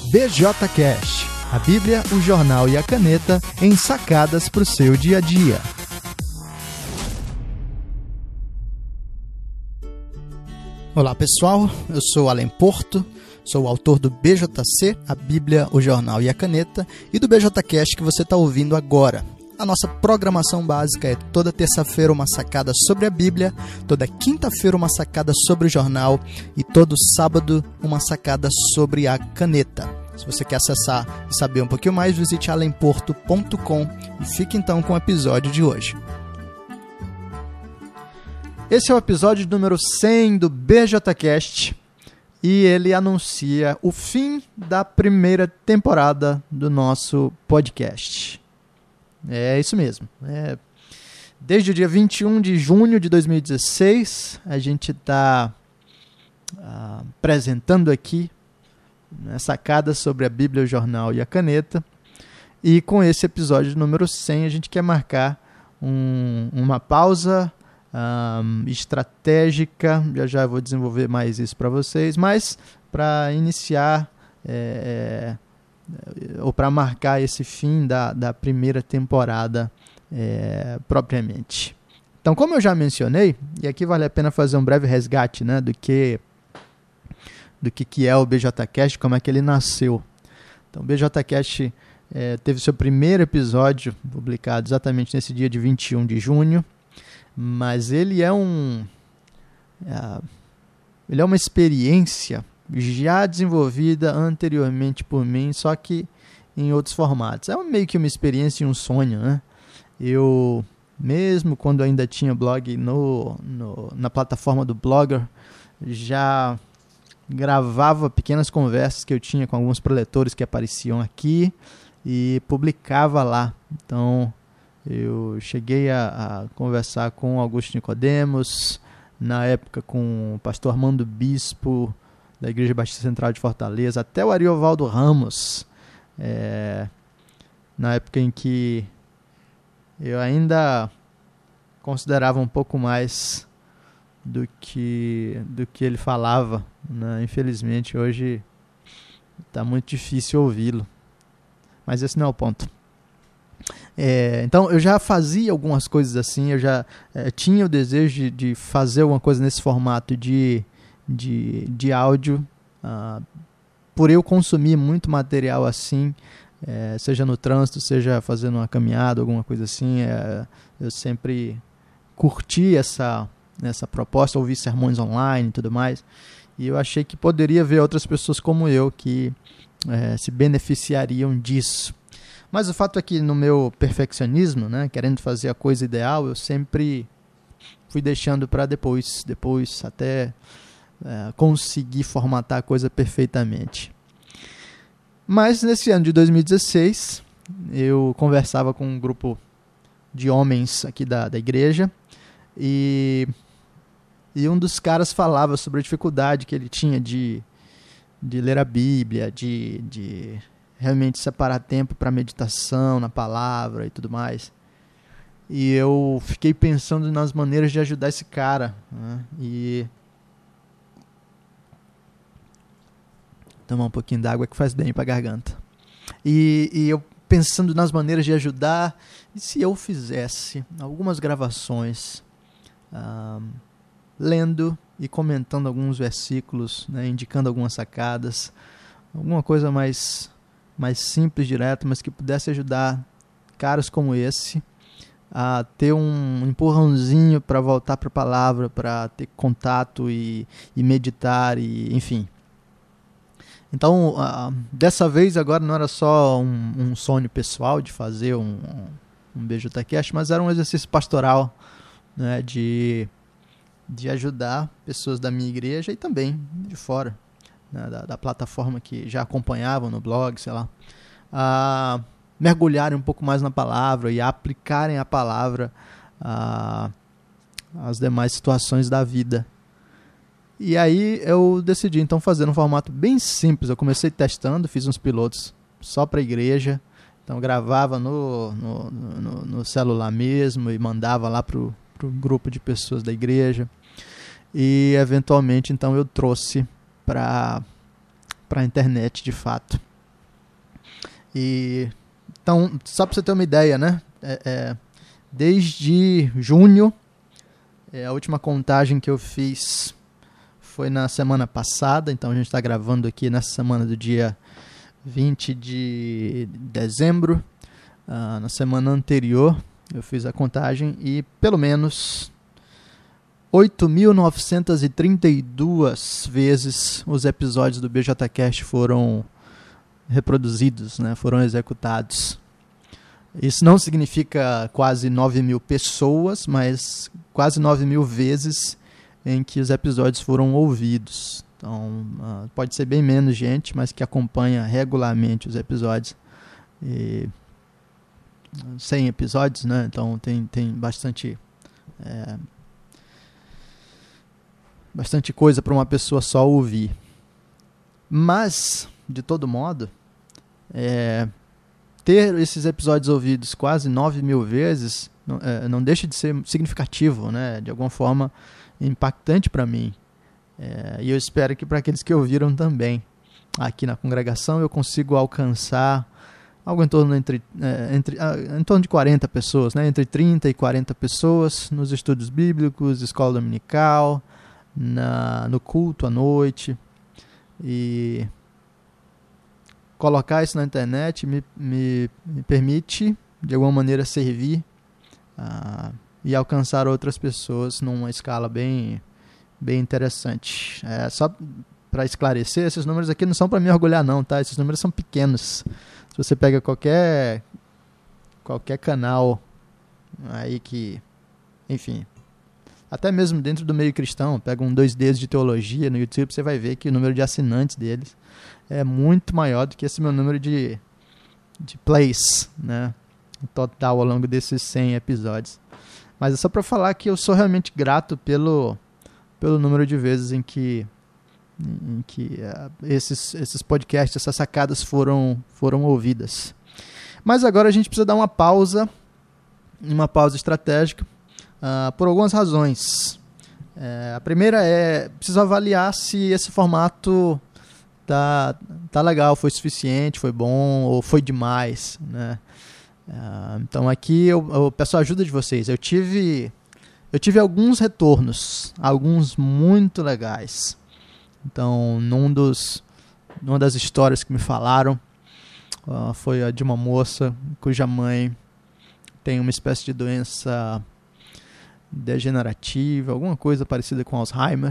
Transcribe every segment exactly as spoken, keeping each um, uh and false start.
B J Cast, a Bíblia, o jornal e a caneta em sacadas para o seu dia a dia. Olá pessoal, eu sou Alan Porto, sou o autor do B J C, a Bíblia, o jornal e a caneta, e do B J Cast que você está ouvindo agora. A nossa programação básica é toda terça-feira uma sacada sobre a Bíblia, toda quinta-feira uma sacada sobre o jornal e todo sábado uma sacada sobre a caneta. Se você quer acessar e saber um pouquinho mais, visite alan porto ponto com e fique então com o episódio de hoje. Esse é o episódio número cem do B J Cast e ele anuncia o fim da primeira temporada do nosso podcast. É isso mesmo. É, desde o dia vinte e um de junho de dois mil e dezesseis, a gente está ah, apresentando aqui né, sacadas sobre a Bíblia, o jornal e a caneta. E com esse episódio número cem, a gente quer marcar um, uma pausa um, estratégica. Já já vou desenvolver mais isso para vocês, mas para iniciar... É, ou para marcar esse fim da, da primeira temporada é, propriamente. Então, como eu já mencionei, e aqui vale a pena fazer um breve resgate né, do que do que, que é o B J Cast, como é que ele nasceu. Então, o B J Cast é, teve seu primeiro episódio publicado exatamente nesse dia de vinte e um de junho, mas ele é um é, ele é uma experiência já desenvolvida anteriormente por mim, só que em outros formatos. É meio que uma experiência e um sonho, né? Eu, mesmo quando ainda tinha blog no, no, na plataforma do Blogger, já gravava pequenas conversas que eu tinha com alguns preletores que apareciam aqui e publicava lá. Então, eu cheguei a, a conversar com Augusto Nicodemos, na época com o pastor Armando Bispo, da Igreja Batista Central de Fortaleza, até o Ariovaldo Ramos, é, na época em que eu ainda considerava um pouco mais do que, do que ele falava, né? Infelizmente, hoje está muito difícil ouvi-lo, mas esse não é o ponto. É, então, eu já fazia algumas coisas assim, eu já é, tinha o desejo de, de fazer alguma coisa nesse formato de De, de áudio, uh, por eu consumir muito material assim, é, seja no trânsito, seja fazendo uma caminhada, alguma coisa assim, é, eu sempre curti essa, essa proposta, ouvi sermões online e tudo mais, e eu achei que poderia ver outras pessoas como eu que é, se beneficiariam disso. Mas o fato é que no meu perfeccionismo, né, querendo fazer a coisa ideal, eu sempre fui deixando para depois, depois até... É, conseguir formatar a coisa perfeitamente. Mas nesse ano de dois mil e dezesseis eu conversava com um grupo de homens aqui da, da igreja e, e um dos caras falava sobre a dificuldade que ele tinha de, de ler a Bíblia, de, de realmente separar tempo para meditação na palavra e tudo mais. E eu fiquei pensando nas maneiras de ajudar esse cara, né? E tomar um pouquinho d'água que faz bem para a garganta. E, e eu pensando nas maneiras de ajudar, e se eu fizesse algumas gravações, ah, lendo e comentando alguns versículos, né, indicando algumas sacadas, alguma coisa mais, mais simples, direta, mas que pudesse ajudar caras como esse a ter um empurrãozinho para voltar para a palavra, para ter contato e, e meditar, e, enfim. Então, uh, dessa vez agora não era só um, um sonho pessoal de fazer um, um B J Cast, mas era um exercício pastoral, né, de, de ajudar pessoas da minha igreja e também de fora, né, da, da plataforma que já acompanhavam no blog, sei lá, a mergulharem um pouco mais na palavra e a aplicarem a palavra a, às demais situações da vida. E aí eu decidi então fazer um formato bem simples. Eu comecei testando, fiz uns pilotos só para a igreja. Então eu gravava no, no, no, no celular mesmo e mandava lá para o grupo de pessoas da igreja. E eventualmente então eu trouxe para a internet de fato. E, então, só para você ter uma ideia, né? É, é, desde junho, é, a última contagem que eu fiz foi na semana passada, então a gente está gravando aqui nessa semana do dia vinte de dezembro. Uh, na semana anterior eu fiz a contagem e pelo menos oito mil novecentas e trinta e duas vezes os episódios do BJCast foram reproduzidos, né, foram executados. Isso não significa quase nove mil pessoas, mas quase nove mil vezes em que os episódios foram ouvidos. Então, uh, pode ser bem menos gente, mas que acompanha regularmente os episódios. E cem episódios, né? Então tem, tem bastante, é, bastante coisa para uma pessoa só ouvir. Mas, de todo modo, é, ter esses episódios ouvidos quase nove mil vezes não, é, não deixa de ser significativo, né? De alguma forma impactante para mim. É, e eu espero que para aqueles que ouviram também. Aqui na congregação eu consigo alcançar algo em torno, entre, é, entre, ah, em torno de quarenta pessoas, né? Entre trinta e quarenta pessoas nos estudos bíblicos, escola dominical, na, no culto à noite. E colocar isso na internet me, me, me permite, de alguma maneira, servir uh, e alcançar outras pessoas numa escala bem, bem interessante. É, só para esclarecer, esses números aqui não são para me orgulhar não, tá? Esses números são pequenos. Se você pega qualquer, qualquer canal aí que, enfim, até mesmo dentro do meio cristão, pega um dois Ds de teologia no YouTube, você vai ver que o número de assinantes deles é muito maior do que esse meu número de, de plays, né? Total ao longo desses cem episódios. Mas é só para falar que eu sou realmente grato pelo, pelo número de vezes em que, em que uh, esses, esses podcasts, essas sacadas foram, foram ouvidas. Mas agora a gente precisa dar uma pausa, uma pausa estratégica, uh, por algumas razões. É, a primeira é, preciso avaliar se esse formato tá, tá legal, foi suficiente, foi bom ou foi demais, né? Uh, então aqui eu, eu peço a ajuda de vocês. Eu tive, eu tive alguns retornos, alguns muito legais. Então, num dos, numa das histórias que me falaram, uh, foi a de uma moça cuja mãe tem uma espécie de doença degenerativa, alguma coisa parecida com Alzheimer,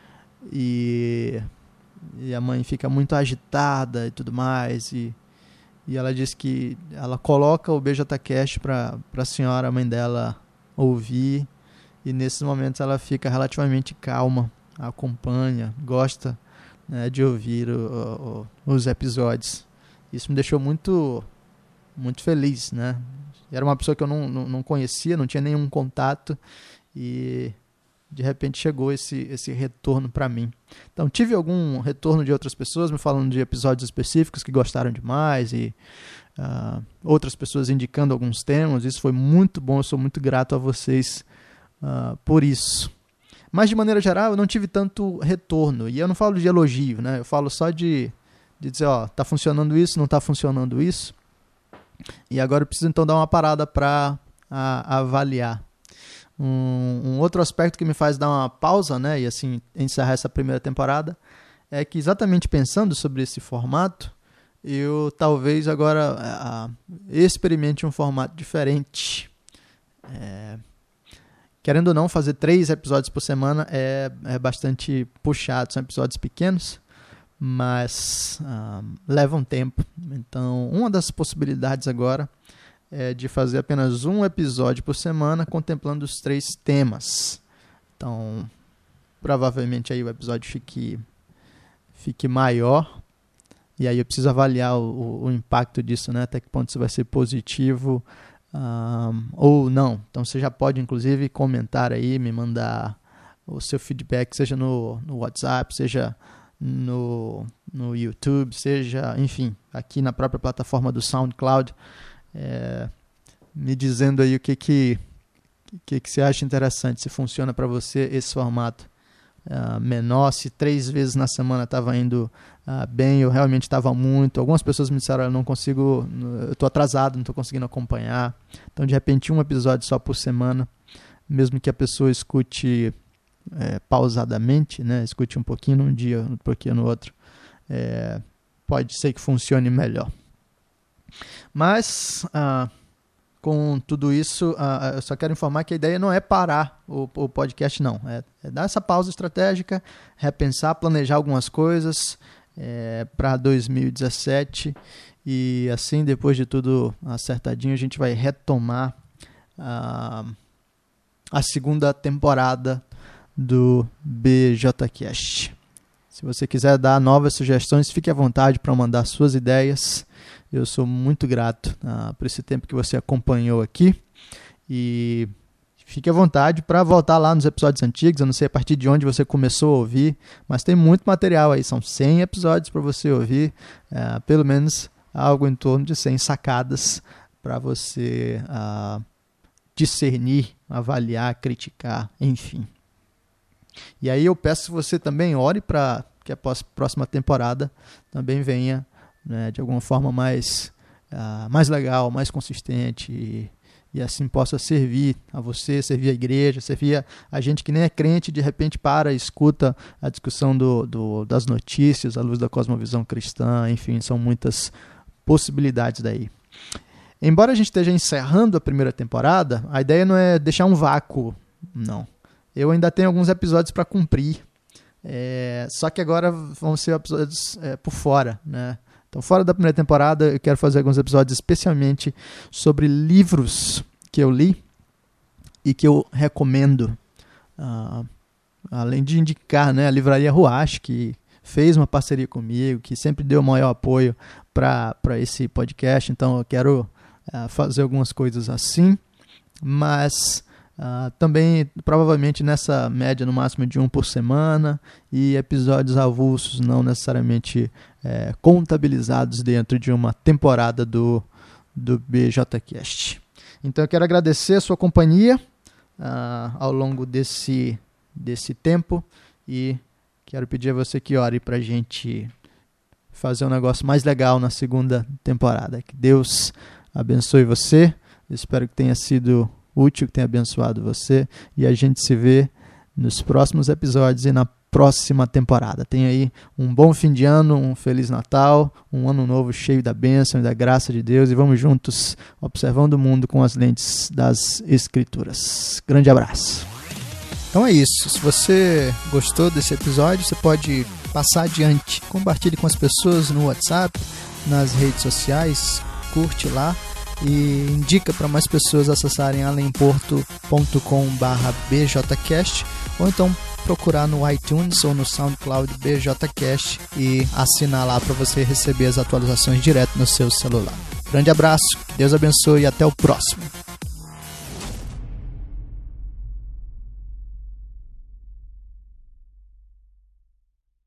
e, e a mãe fica muito agitada e tudo mais, e, e ela diz que ela coloca o BJCast para a senhora, a mãe dela, ouvir, e nesses momentos ela fica relativamente calma, acompanha, gosta, né, de ouvir o, o, os episódios. Isso me deixou muito, muito feliz, né? Era uma pessoa que eu não, não, não conhecia, não tinha nenhum contato, e de repente chegou esse, esse retorno para mim. Então tive algum retorno de outras pessoas me falando de episódios específicos que gostaram demais, e uh, outras pessoas indicando alguns temas. Isso foi muito bom, eu sou muito grato a vocês uh, por isso. Mas de maneira geral eu não tive tanto retorno, e eu não falo de elogio, né? Eu falo só de, de dizer, ó, tá funcionando isso, não tá funcionando isso, e agora eu preciso então dar uma parada para avaliar. Um, um outro aspecto que me faz dar uma pausa, né, e assim encerrar essa primeira temporada, é que exatamente pensando sobre esse formato, eu talvez agora uh, experimente um formato diferente. É, querendo ou não, fazer três episódios por semana é, é bastante puxado, são episódios pequenos, mas uh, levam tempo. Então, uma das possibilidades agora é de fazer apenas um episódio por semana, contemplando os três temas. Então, provavelmente aí o episódio fique, fique maior, e aí eu preciso avaliar o, o, o impacto disso, né? Até que ponto isso vai ser positivo um, ou não. Então, você já pode, inclusive, comentar aí, me mandar o seu feedback, seja no, no WhatsApp, seja no, no YouTube, seja, enfim, aqui na própria plataforma do SoundCloud, é, me dizendo aí o que que, que que você acha interessante, se funciona para você esse formato. uh, menor, se três vezes na semana estava indo uh, bem, eu realmente estava muito. Algumas pessoas me disseram, eu não consigo, eu estou atrasado, não estou conseguindo acompanhar. Então, de repente, um episódio só por semana, mesmo que a pessoa escute é, pausadamente, né, escute um pouquinho num dia, um pouquinho no outro, é, pode ser que funcione melhor. Mas, uh, com tudo isso, uh, eu só quero informar que a ideia não é parar o, o podcast, não. É, é dar essa pausa estratégica, repensar, planejar algumas coisas é, para dois mil e dezessete e assim, depois de tudo acertadinho, a gente vai retomar uh, a segunda temporada do BJCast. Se você quiser dar novas sugestões, fique à vontade para mandar suas ideias. Eu sou muito grato uh, por esse tempo que você acompanhou aqui. E fique à vontade para voltar lá nos episódios antigos. Eu não sei a partir de onde você começou a ouvir, mas tem muito material aí. São cem episódios para você ouvir. Uh, pelo menos algo em torno de cem sacadas para você uh, discernir, avaliar, criticar, enfim. E aí eu peço que você também ore para que a próxima temporada também venha, né, de alguma forma mais, uh, mais legal, mais consistente e, e assim possa servir a você, servir a igreja, servir a, a gente que nem é crente, de repente para e escuta a discussão do, do, das notícias à luz da cosmovisão cristã, enfim, são muitas possibilidades daí. Embora a gente esteja encerrando a primeira temporada, a ideia não é deixar um vácuo, não. Eu ainda tenho alguns episódios para cumprir, é, só que agora vão ser episódios é, por fora, né? Então, fora da primeira temporada, eu quero fazer alguns episódios especialmente sobre livros que eu li e que eu recomendo. Uh, além de indicar, né, a Livraria Ruach, que fez uma parceria comigo, que sempre deu maior apoio para esse podcast. Então, eu quero uh, fazer algumas coisas assim, mas... Uh, também provavelmente nessa média no máximo de um por semana e episódios avulsos não necessariamente é, contabilizados dentro de uma temporada do, do BJCast. Então eu quero agradecer a sua companhia uh, ao longo desse, desse tempo e quero pedir a você que ore para a gente fazer um negócio mais legal na segunda temporada. Que Deus abençoe você, eu espero que tenha sido útil, que tenha abençoado você e a gente se vê nos próximos episódios e na próxima temporada. Tenha aí um bom fim de ano, um Feliz Natal, um ano novo cheio da bênção e da graça de Deus e vamos juntos observando o mundo com as lentes das Escrituras. Grande abraço. Então é isso. Se você gostou desse episódio, você pode passar adiante. Compartilhe com as pessoas no WhatsApp, nas redes sociais, curte lá. E indica para mais pessoas acessarem além porto ponto com barra bjcast ou então procurar no iTunes ou no SoundCloud BJCast e assinar lá para você receber as atualizações direto no seu celular. Grande abraço, Deus abençoe e até o próximo.